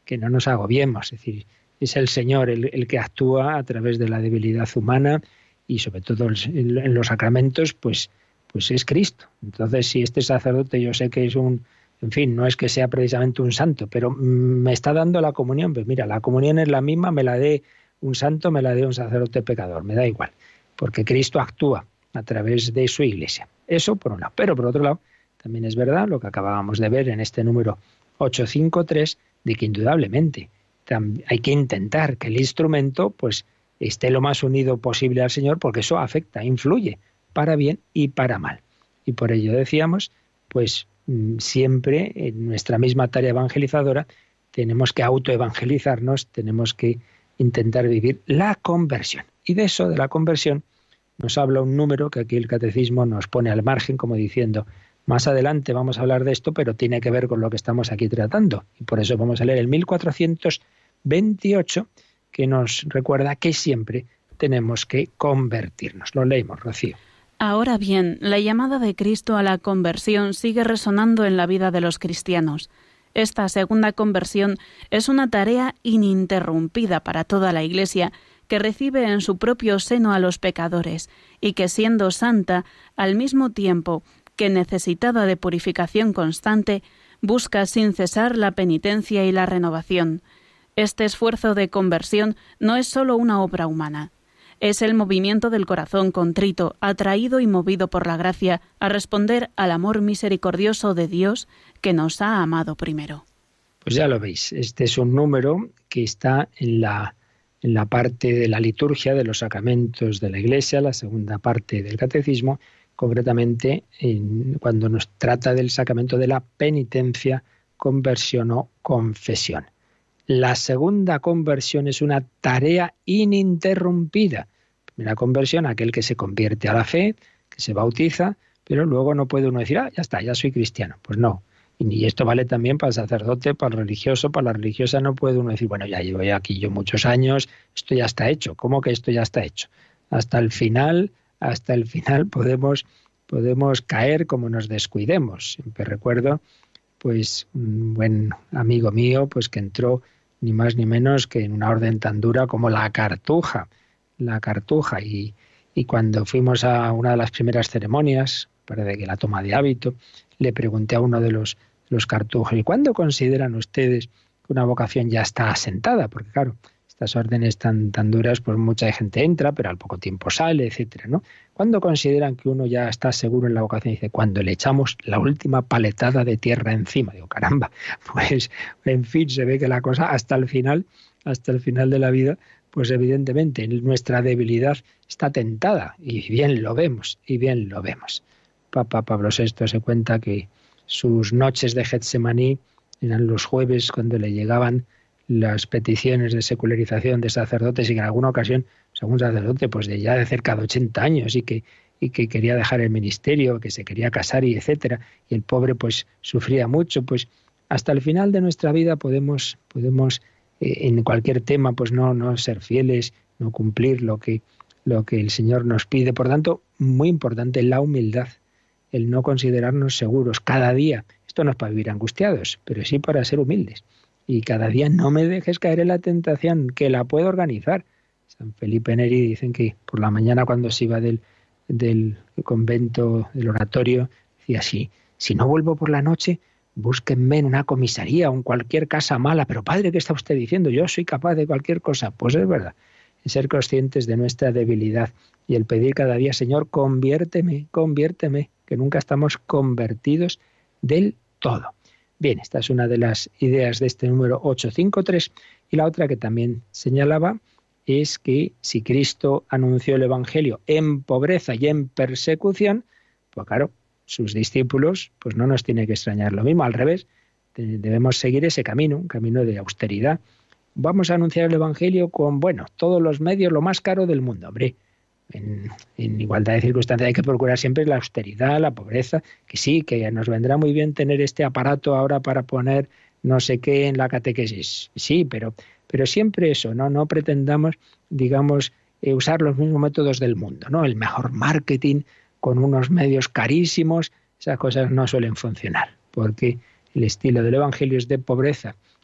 que no nos agobiemos. Es decir, es el Señor el, el que actúa a través de la debilidad humana y sobre todo en, en los sacramentos, pues, pues es Cristo. Entonces, si este sacerdote yo sé que es un, en fin, no es que sea precisamente un santo, pero me está dando la comunión, pues mira, la comunión es la misma, me la dé un santo, me la dé un sacerdote pecador, me da igual, porque Cristo actúa a través de su Iglesia. Eso por un lado. Pero por otro lado, también es verdad lo que acabábamos de ver en este número ochocientos cincuenta y tres, de que indudablemente hay que intentar que el instrumento pues esté lo más unido posible al Señor, porque eso afecta, influye, para bien y para mal. Y por ello decíamos, pues siempre en nuestra misma tarea evangelizadora tenemos que autoevangelizarnos, tenemos que intentar vivir la conversión. Y de eso, de la conversión, nos habla un número que aquí el Catecismo nos pone al margen, como diciendo, más adelante vamos a hablar de esto, pero tiene que ver con lo que estamos aquí tratando. Y por eso vamos a leer el mil cuatrocientos veintiocho, que nos recuerda que siempre tenemos que convertirnos. Lo leemos, Rocío. Ahora bien, la llamada de Cristo a la conversión sigue resonando en la vida de los cristianos. Esta segunda conversión es una tarea ininterrumpida para toda la Iglesia, que recibe en su propio seno a los pecadores, y que siendo santa, al mismo tiempo que necesitada de purificación constante, busca sin cesar la penitencia y la renovación. Este esfuerzo de conversión no es sólo una obra humana. Es el movimiento del corazón contrito, atraído y movido por la gracia a responder al amor misericordioso de Dios que nos ha amado primero. Pues ya lo veis, este es un número que está en la, en la parte de la liturgia de los sacramentos de la Iglesia, la segunda parte del Catecismo, concretamente en, cuando nos trata del sacramento de la penitencia, conversión o confesión. La segunda conversión es una tarea ininterrumpida. Primera conversión, aquel que se convierte a la fe, que se bautiza, pero luego no puede uno decir, ah, ya está, ya soy cristiano. Pues no. Y esto vale también para el sacerdote, para el religioso, para la religiosa. No puede uno decir, bueno, ya llevo aquí yo muchos años, esto ya está hecho. ¿Cómo que esto ya está hecho? Hasta el final, hasta el final podemos, podemos caer como nos descuidemos. Siempre recuerdo, pues, un buen amigo mío, pues que entró ni más ni menos que en una orden tan dura como la Cartuja, la Cartuja. Y, y cuando fuimos a una de las primeras ceremonias, parece que la toma de hábito, le pregunté a uno de los, los cartujos, ¿y cuándo consideran ustedes que una vocación ya está asentada? Porque claro, estas órdenes tan, tan duras, pues mucha gente entra, pero al poco tiempo sale, etcétera, ¿no? ¿Cuándo consideran que uno ya está seguro en la vocación? Dice, cuando le echamos la última paletada de tierra encima. Digo, caramba, pues en fin, se ve que la cosa hasta el final, hasta el final de la vida, pues evidentemente nuestra debilidad está tentada, y bien lo vemos, y bien lo vemos. Papa Pablo sexto se cuenta que sus noches de Getsemaní eran los jueves cuando le llegaban las peticiones de secularización de sacerdotes, y que en alguna ocasión pues, algún sacerdote pues de ya de cerca de ochenta años y que, y que quería dejar el ministerio, que se quería casar y etcétera, y el pobre pues sufría mucho. Pues hasta el final de nuestra vida podemos, podemos eh, en cualquier tema pues no, no ser fieles, no cumplir lo que, lo que el Señor nos pide. Por tanto, muy importante la humildad, el no considerarnos seguros cada día. Esto no es para vivir angustiados, pero sí para ser humildes. Y cada día no me dejes caer en la tentación, que la puedo organizar. San Felipe Neri dicen que por la mañana cuando se iba del, del convento, del oratorio, decía así, si no vuelvo por la noche, búsquenme en una comisaría o en cualquier casa mala. Pero padre, ¿qué está usted diciendo? Yo soy capaz de cualquier cosa. Pues es verdad, es ser conscientes de nuestra debilidad y el pedir cada día, Señor, conviérteme, conviérteme, que nunca estamos convertidos del todo. Bien, esta es una de las ideas de este número ochocientos cincuenta y tres, y la otra que también señalaba es que si Cristo anunció el Evangelio en pobreza y en persecución, pues claro, sus discípulos, pues no nos tiene que extrañar lo mismo, al revés, debemos seguir ese camino, un camino de austeridad. Vamos a anunciar el Evangelio con, bueno, todos los medios, lo más caro del mundo, hombre. En, en igualdad de circunstancias hay que procurar siempre la austeridad, la pobreza, que sí, que nos vendrá muy bien tener este aparato ahora para poner no sé qué en la catequesis, sí, pero, pero siempre eso, no, no pretendamos, digamos, eh, usar los mismos métodos del mundo, ¿no? El mejor marketing con unos medios carísimos, esas cosas no suelen funcionar, porque el estilo del Evangelio es de pobreza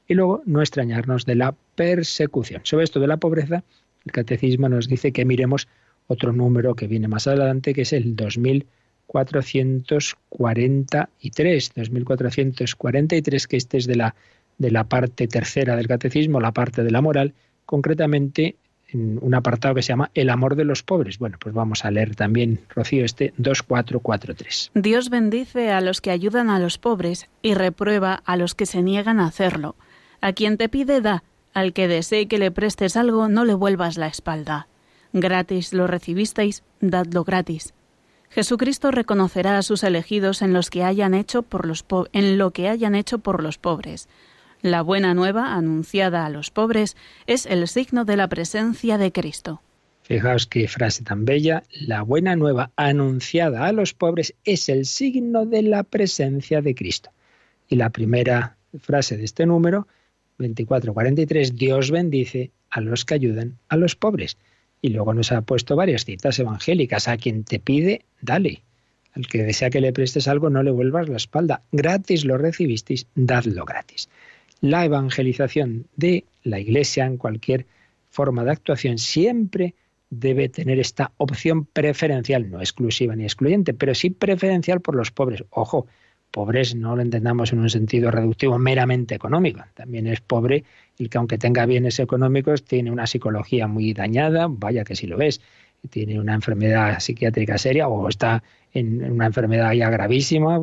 Y luego, no extrañarnos de la persecución. Sobre esto de la pobreza, el Catecismo nos dice que miremos otro número que viene más adelante, que es el dos mil cuatrocientos cuarenta y tres. dos mil cuatrocientos cuarenta y tres, que este es de la, de la parte tercera del Catecismo, la parte de la moral, concretamente en un apartado que se llama El amor de los pobres. Bueno, pues vamos a leer también, Rocío, este dos mil cuatrocientos cuarenta y tres. Dios bendice a los que ayudan a los pobres y reprueba a los que se niegan a hacerlo. A quien te pide, da. Al que desee que le prestes algo, no le vuelvas la espalda. Gratis lo recibisteis, dadlo gratis. Jesucristo reconocerá a sus elegidos en, los que hayan hecho por los po- en lo que hayan hecho por los pobres. La buena nueva anunciada a los pobres es el signo de la presencia de Cristo. Fijaos qué frase tan bella. La buena nueva anunciada a los pobres es el signo de la presencia de Cristo. Y la primera frase de este número, veinticuatro cuarenta y tres, Dios bendice a los que ayudan a los pobres. Y luego nos ha puesto varias citas evangélicas. A quien te pide, dale. Al que desea que le prestes algo, no le vuelvas la espalda. Gratis lo recibisteis, dadlo gratis. La evangelización de la Iglesia en cualquier forma de actuación siempre debe tener esta opción preferencial, no exclusiva ni excluyente, pero sí preferencial por los pobres. Ojo, pobres no lo entendamos en un sentido reductivo meramente económico. También es pobre el que, aunque tenga bienes económicos, tiene una psicología muy dañada, vaya que si lo ves, tiene una enfermedad psiquiátrica seria o está en una enfermedad ya gravísima,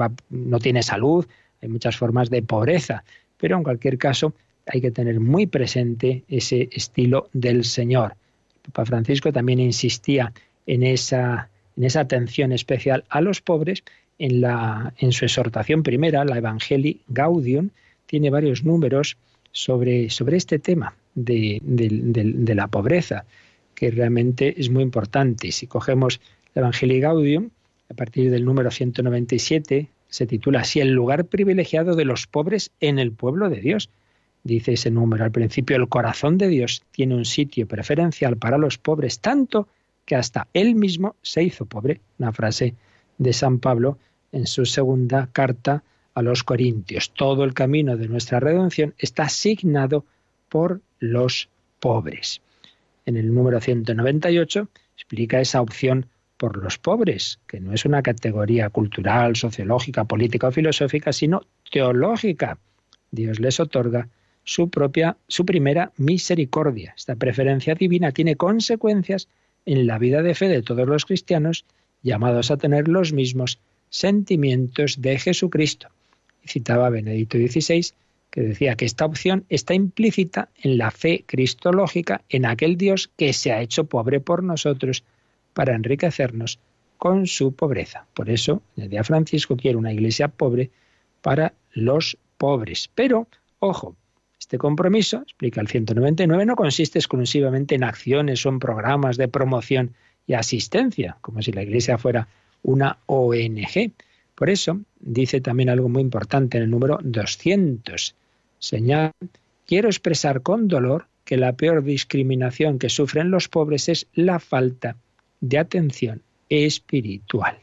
no tiene salud. Hay muchas formas de pobreza. Pero en cualquier caso hay que tener muy presente ese estilo del Señor. El Papa Francisco también insistía en esa, en esa atención especial a los pobres en, la, en su exhortación primera, la Evangelii Gaudium. Tiene varios números sobre, sobre este tema de, de, de, de la pobreza, que realmente es muy importante. Si cogemos la Evangelii Gaudium, a partir del número ciento noventa y siete, se titula así: el lugar privilegiado de los pobres en el pueblo de Dios. Dice ese número al principio: el corazón de Dios tiene un sitio preferencial para los pobres, tanto que hasta Él mismo se hizo pobre. Una frase de San Pablo en su segunda carta a los Corintios. Todo el camino de nuestra redención está asignado por los pobres. En el número ciento noventa y ocho explica esa opción por los pobres, que no es una categoría cultural, sociológica, política o filosófica, sino teológica. Dios les otorga su propia, su primera misericordia. Esta preferencia divina tiene consecuencias en la vida de fe de todos los cristianos, llamados a tener los mismos sentimientos de Jesucristo. Y citaba a Benedicto dieciséis, que decía que esta opción está implícita en la fe cristológica en aquel Dios que se ha hecho pobre por nosotros, para enriquecernos con su pobreza. Por eso, decía Francisco, quiere una iglesia pobre para los pobres. Pero, ojo, este compromiso, explica el ciento noventa y nueve, no consiste exclusivamente en acciones o en programas de promoción y asistencia, como si la iglesia fuera una O N Ge. Por eso, dice también algo muy importante en el número doscientos. Señal, quiero expresar con dolor que la peor discriminación que sufren los pobres es la falta de atención espiritual.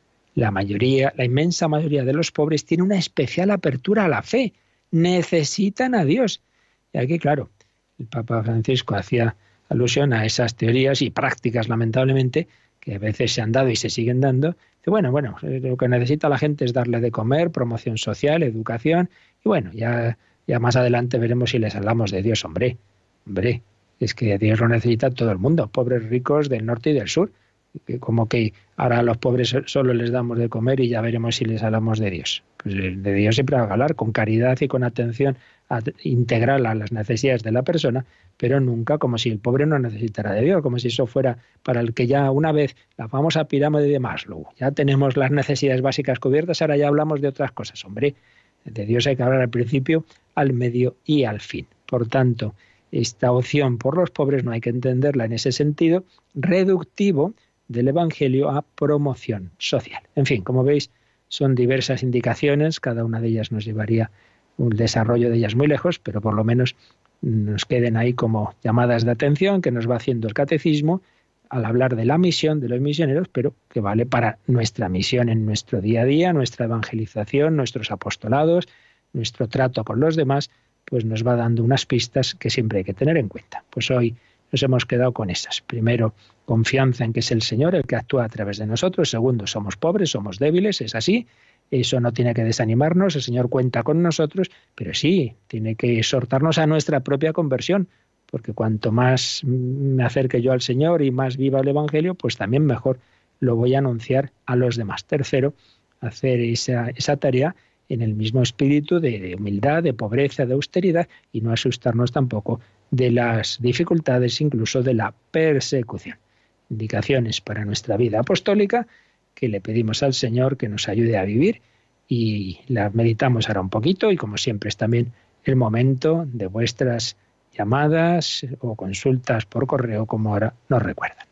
La mayoría, la inmensa mayoría de los pobres tiene una especial apertura a la fe, necesitan a Dios. Y aquí, claro, el Papa Francisco hacía alusión a esas teorías y prácticas, lamentablemente, que a veces se han dado y se siguen dando. Dice, bueno, bueno, lo que necesita la gente es darle de comer, promoción social, educación, y bueno, ya, ya más adelante veremos si les hablamos de Dios. Hombre, hombre, es que Dios lo necesita todo el mundo, pobres, ricos, del norte y del sur. Como que ahora a los pobres solo les damos de comer y ya veremos si les hablamos de Dios. Pues de Dios siempre va a hablar, con caridad y con atención integral a las necesidades de la persona, pero nunca como si el pobre no necesitara de Dios, como si eso fuera para el que ya una vez la famosa pirámide de Maslow, ya tenemos las necesidades básicas cubiertas, ahora ya hablamos de otras cosas. Hombre, de Dios hay que hablar al principio, al medio y al fin. Por tanto, esta opción por los pobres no hay que entenderla en ese sentido reductivo del Evangelio a promoción social. En fin, como veis, son diversas indicaciones, cada una de ellas nos llevaría un desarrollo de ellas muy lejos, pero por lo menos nos queden ahí como llamadas de atención que nos va haciendo el catecismo al hablar de la misión de los misioneros, pero que vale para nuestra misión en nuestro día a día, nuestra evangelización, nuestros apostolados, nuestro trato con los demás, pues nos va dando unas pistas que siempre hay que tener en cuenta. Pues hoy nos hemos quedado con esas. Primero, confianza en que es el Señor el que actúa a través de nosotros. Segundo, somos pobres, somos débiles, es así. Eso no tiene que desanimarnos, el Señor cuenta con nosotros, pero sí, tiene que exhortarnos a nuestra propia conversión, porque cuanto más me acerque yo al Señor y más viva el Evangelio, pues también mejor lo voy a anunciar a los demás. Tercero, hacer esa, esa tarea en el mismo espíritu de, de humildad, de pobreza, de austeridad, y no asustarnos tampoco de las dificultades, incluso de la persecución. Indicaciones para nuestra vida apostólica que le pedimos al Señor que nos ayude a vivir, y las meditamos ahora un poquito, y como siempre es también el momento de vuestras llamadas o consultas por correo, como ahora nos recuerdan.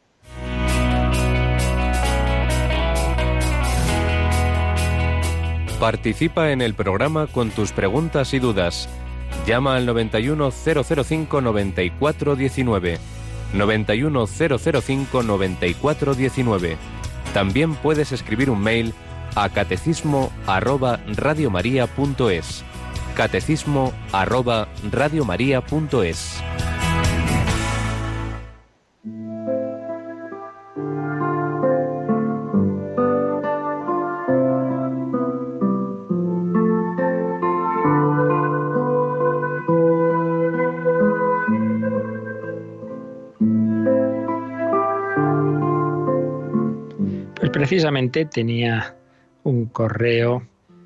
Participa en el programa con tus preguntas y dudas. Llama al noventa y uno, cero cero cinco, noventa y cuatro diecinueve. noventa y uno, cero cero cinco, noventa y cuatro diecinueve. También puedes escribir un mail a catecismo arroba radiomaria punto es. Catecismo arroba radiomaria punto es. Precisamente tenía un correo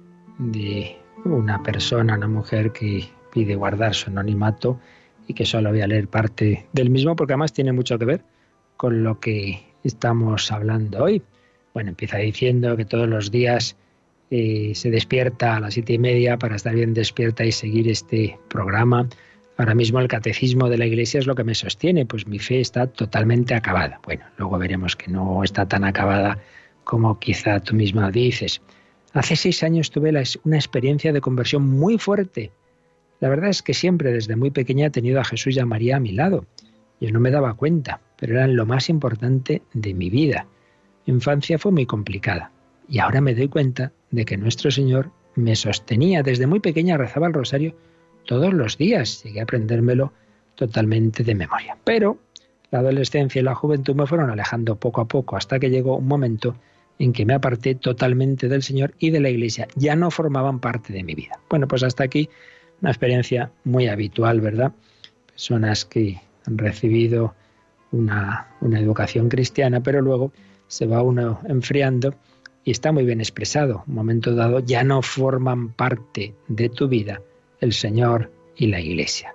de una persona, una mujer que pide guardar su anonimato y que solo voy a leer parte del mismo porque además tiene mucho que ver con lo que estamos hablando hoy. Bueno, empieza diciendo que todos los días eh, se despierta a las siete y media para estar bien despierta y seguir este programa. Ahora mismo el catecismo de la Iglesia es lo que me sostiene, pues mi fe está totalmente acabada. Bueno, luego veremos que no está tan acabada como quizá tú misma dices. Hace seis años tuve una experiencia de conversión muy fuerte. La verdad es que siempre desde muy pequeña he tenido a Jesús y a María a mi lado. Yo no me daba cuenta, pero eran lo más importante de mi vida. Mi infancia fue muy complicada y ahora me doy cuenta de que nuestro Señor me sostenía. Desde muy pequeña rezaba el rosario todos los días. Llegué a aprendérmelo totalmente de memoria. Pero la adolescencia y la juventud me fueron alejando poco a poco hasta que llegó un momento en que me aparté totalmente del Señor y de la Iglesia. Ya no formaban parte de mi vida. Bueno, pues hasta aquí una experiencia muy habitual, ¿verdad? Personas que han recibido una, una educación cristiana, pero luego se va uno enfriando y está muy bien expresado. Un momento dado ya no forman parte de tu vida el Señor y la Iglesia.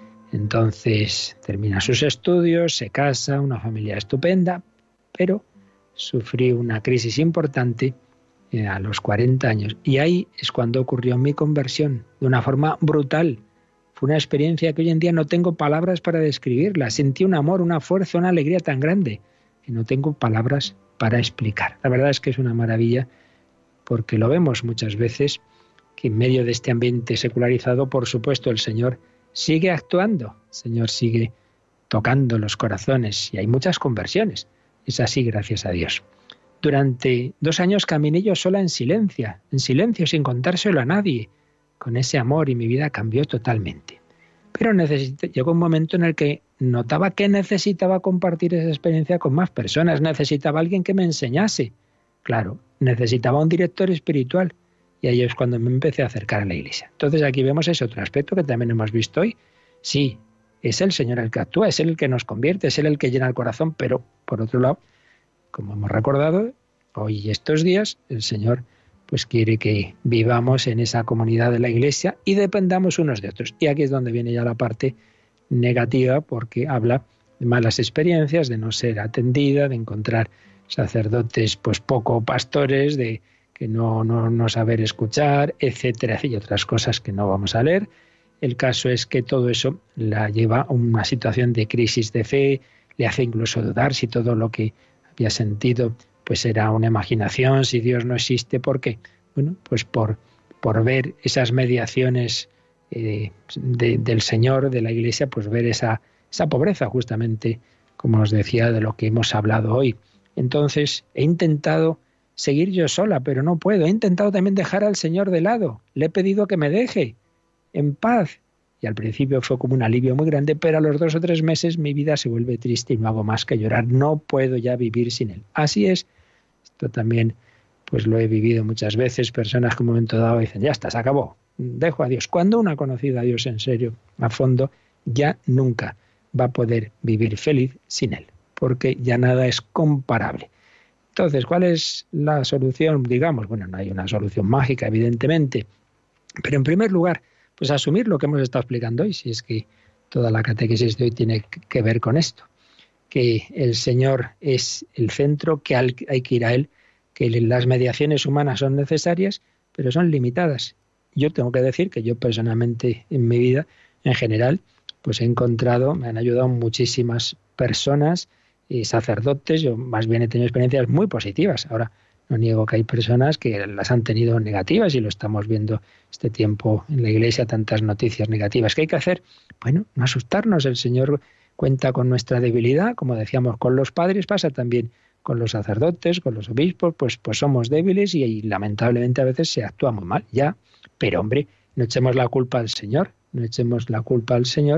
Entonces termina sus estudios, se casa, una familia estupenda, pero sufrí una crisis importante a los cuarenta años. Y ahí es cuando ocurrió mi conversión, de una forma brutal. Fue una experiencia que hoy en día no tengo palabras para describirla. Sentí un amor, una fuerza, una alegría tan grande que no tengo palabras para explicar. La verdad es que es una maravilla, porque lo vemos muchas veces, que en medio de este ambiente secularizado, por supuesto, el Señor sigue actuando, el Señor sigue tocando los corazones y hay muchas conversiones. Es así, gracias a Dios. Durante dos años caminé yo sola en silencio, en silencio, sin contárselo a nadie, con ese amor, y mi vida cambió totalmente. Pero necesité, llegó un momento en el que notaba que necesitaba compartir esa experiencia con más personas, necesitaba alguien que me enseñase. Claro, necesitaba un director espiritual, y ahí es cuando me empecé a acercar a la Iglesia. Entonces aquí vemos ese otro aspecto que también hemos visto hoy. Sí, es el Señor el que actúa, es Él el que nos convierte, es Él el que llena el corazón, pero por otro lado, como hemos recordado, hoy y estos días, el Señor pues quiere que vivamos en esa comunidad de la Iglesia y dependamos unos de otros. Y aquí es donde viene ya la parte negativa, porque habla de malas experiencias, de no ser atendida, de encontrar sacerdotes pues poco pastores, de que no, no, no saber escuchar, etcétera, y otras cosas que no vamos a leer. El caso es que todo eso la lleva a una situación de crisis de fe, le hace incluso dudar si todo lo que había sentido pues era una imaginación, si Dios no existe. ¿Por qué? Bueno, pues por, por ver esas mediaciones eh, de, del Señor, de la Iglesia, pues ver esa, esa pobreza, justamente, como os decía, de lo que hemos hablado hoy. Entonces, he intentado seguir yo sola, pero no puedo. He intentado también dejar al Señor de lado. Le he pedido que me deje en paz, y al principio fue como un alivio muy grande, pero a los dos o tres meses mi vida se vuelve triste y no hago más que llorar. No puedo ya vivir sin él. Así es. Esto también pues lo he vivido muchas veces. Personas que en un momento dado dicen, ya está, se acabó, dejo a Dios. Cuando uno ha conocido a Dios en serio, a fondo, ya nunca va a poder vivir feliz sin él, porque ya nada es comparable. Entonces, ¿cuál es la solución? Digamos, bueno, no hay una solución mágica, evidentemente, pero en primer lugar, pues asumir lo que hemos estado explicando hoy, si es que toda la catequesis de hoy tiene que ver con esto, que el Señor es el centro, que hay que ir a Él, que las mediaciones humanas son necesarias, pero son limitadas. Yo tengo que decir que yo personalmente en mi vida, en general, pues he encontrado, me han ayudado muchísimas personas y sacerdotes, yo más bien he tenido experiencias muy positivas. Ahora no niego que hay personas que las han tenido negativas y lo estamos viendo este tiempo en la Iglesia, tantas noticias negativas. ¿Qué hay que hacer? Bueno, no asustarnos. El Señor cuenta con nuestra debilidad, como decíamos con los padres, pasa también con los sacerdotes, con los obispos, pues, pues somos débiles y, y lamentablemente a veces se actúa muy mal, ya. Pero hombre, no echemos la culpa al Señor, no echemos la culpa al Señor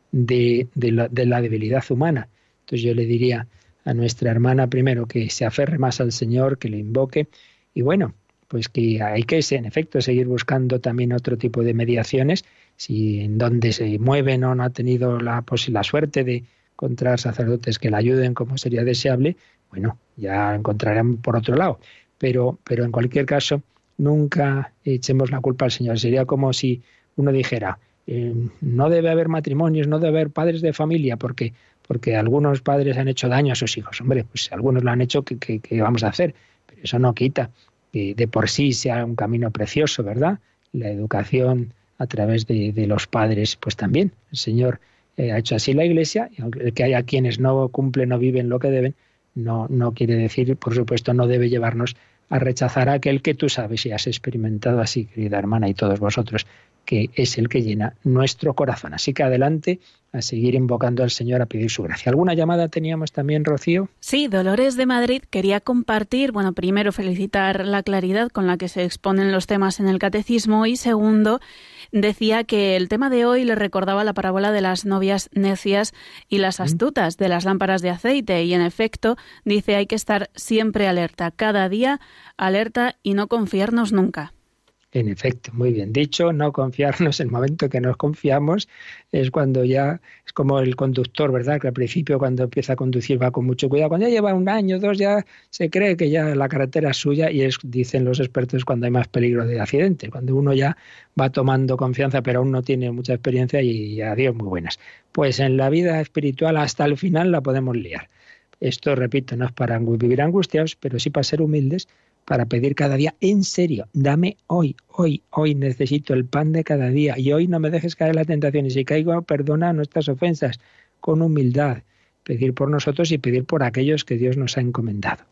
de, de, la, de la debilidad humana. Entonces yo le diría a nuestra hermana primero que se aferre más al Señor, que le invoque, y bueno, pues que hay que, en efecto, seguir buscando también otro tipo de mediaciones, si en donde se mueve no, no ha tenido la, pues, la suerte de encontrar sacerdotes que la ayuden como sería deseable, bueno, ya encontrarán por otro lado, pero, pero en cualquier caso, nunca echemos la culpa al Señor. Sería como si uno dijera, eh, no debe haber matrimonios, no debe haber padres de familia, porque porque algunos padres han hecho daño a sus hijos. Hombre, pues algunos lo han hecho, ¿qué, qué, qué vamos a hacer? Pero eso no quita que de por sí sea un camino precioso, ¿verdad? La educación a través de, de los padres, pues también. El Señor eh, ha hecho así la Iglesia, y aunque que haya quienes no cumplen o viven lo que deben, no, no quiere decir, por supuesto, no debe llevarnos a rechazar a aquel que tú sabes y has experimentado así, querida hermana, y todos vosotros, que es el que llena nuestro corazón. Así que adelante a seguir invocando al Señor, a pedir su gracia. ¿Alguna llamada teníamos también, Rocío? Sí, Dolores de Madrid quería compartir, bueno, primero felicitar la claridad con la que se exponen los temas en el catecismo y segundo, decía que el tema de hoy le recordaba la parábola de las novias necias y las astutas, de las lámparas de aceite, y en efecto, dice, hay que estar siempre alerta, cada día alerta y no confiarnos nunca. En efecto, muy bien dicho, no confiarnos. El momento que nos confiamos es cuando ya, es como el conductor, ¿verdad? Que al principio cuando empieza a conducir va con mucho cuidado. Cuando ya lleva un año, dos, ya se cree que ya la carretera es suya y es, dicen los expertos, cuando hay más peligro de accidente. Cuando uno ya va tomando confianza, pero aún no tiene mucha experiencia y adiós, muy buenas. Pues en la vida espiritual hasta el final la podemos liar. Esto, repito, no es para vivir angustiados, pero sí para ser humildes, para pedir cada día, en serio, dame hoy, hoy, hoy necesito el pan de cada día y hoy no me dejes caer en la tentación y si caigo, perdona nuestras ofensas, con humildad, pedir por nosotros y pedir por aquellos que Dios nos ha encomendado.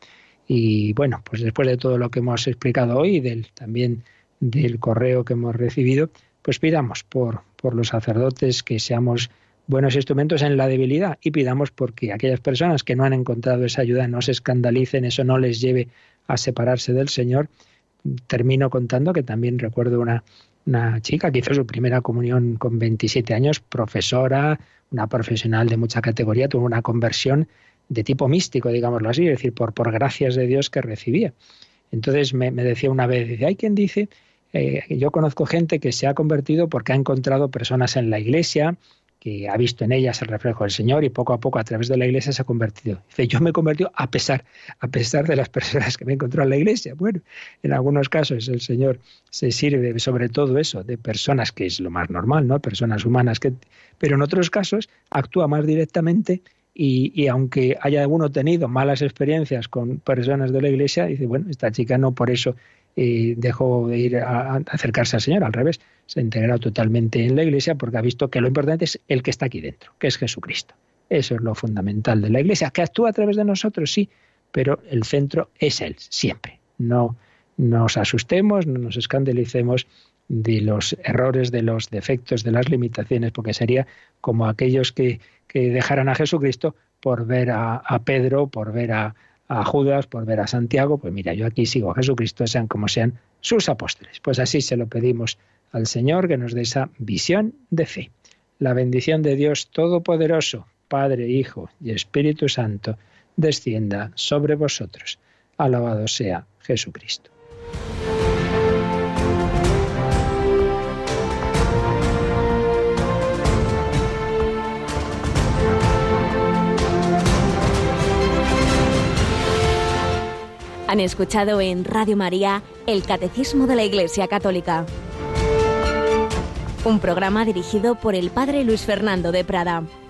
Y bueno, pues después de todo lo que hemos explicado hoy y del, también del correo que hemos recibido, pues pidamos por, por los sacerdotes que seamos buenos instrumentos en la debilidad y pidamos porque aquellas personas que no han encontrado esa ayuda no se escandalicen, eso no les lleve a separarse del Señor. Termino contando que también recuerdo una, una chica que hizo su primera comunión con veintisiete años, profesora, una profesional de mucha categoría, tuvo una conversión de tipo místico, digámoslo así, es decir, por, por gracias de Dios que recibía. Entonces me, me decía una vez, dice, hay quien dice, eh, yo conozco gente que se ha convertido porque ha encontrado personas en la iglesia, que ha visto en ellas el reflejo del Señor y poco a poco a través de la iglesia se ha convertido. Dice, yo me he convertido a pesar, a pesar de las personas que me encontró en la iglesia. Bueno, en algunos casos el Señor se sirve sobre todo eso, de personas, que es lo más normal, ¿no? Personas humanas, que, pero en otros casos actúa más directamente y, y aunque haya alguno tenido malas experiencias con personas de la iglesia, dice, bueno, esta chica no por eso eh, dejó de ir a, a acercarse al Señor, al revés, se ha integrado totalmente en la iglesia porque ha visto que lo importante es el que está aquí dentro, que es Jesucristo. Eso es lo fundamental de la iglesia, que actúa a través de nosotros, sí, pero el centro es Él, siempre. No nos asustemos, no nos escandalicemos de los errores, de los defectos, de las limitaciones, porque sería como aquellos que, que dejaran a Jesucristo por ver a, a Pedro, por ver a, a Judas, por ver a Santiago. Pues mira, yo aquí sigo a Jesucristo, sean como sean sus apóstoles. Pues así se lo pedimos al Señor que nos dé esa visión de fe. La bendición de Dios Todopoderoso, Padre, Hijo y Espíritu Santo, descienda sobre vosotros. Alabado sea Jesucristo. Han escuchado en Radio María el Catecismo de la Iglesia Católica, un programa dirigido por el Padre Luis Fernando de Prada.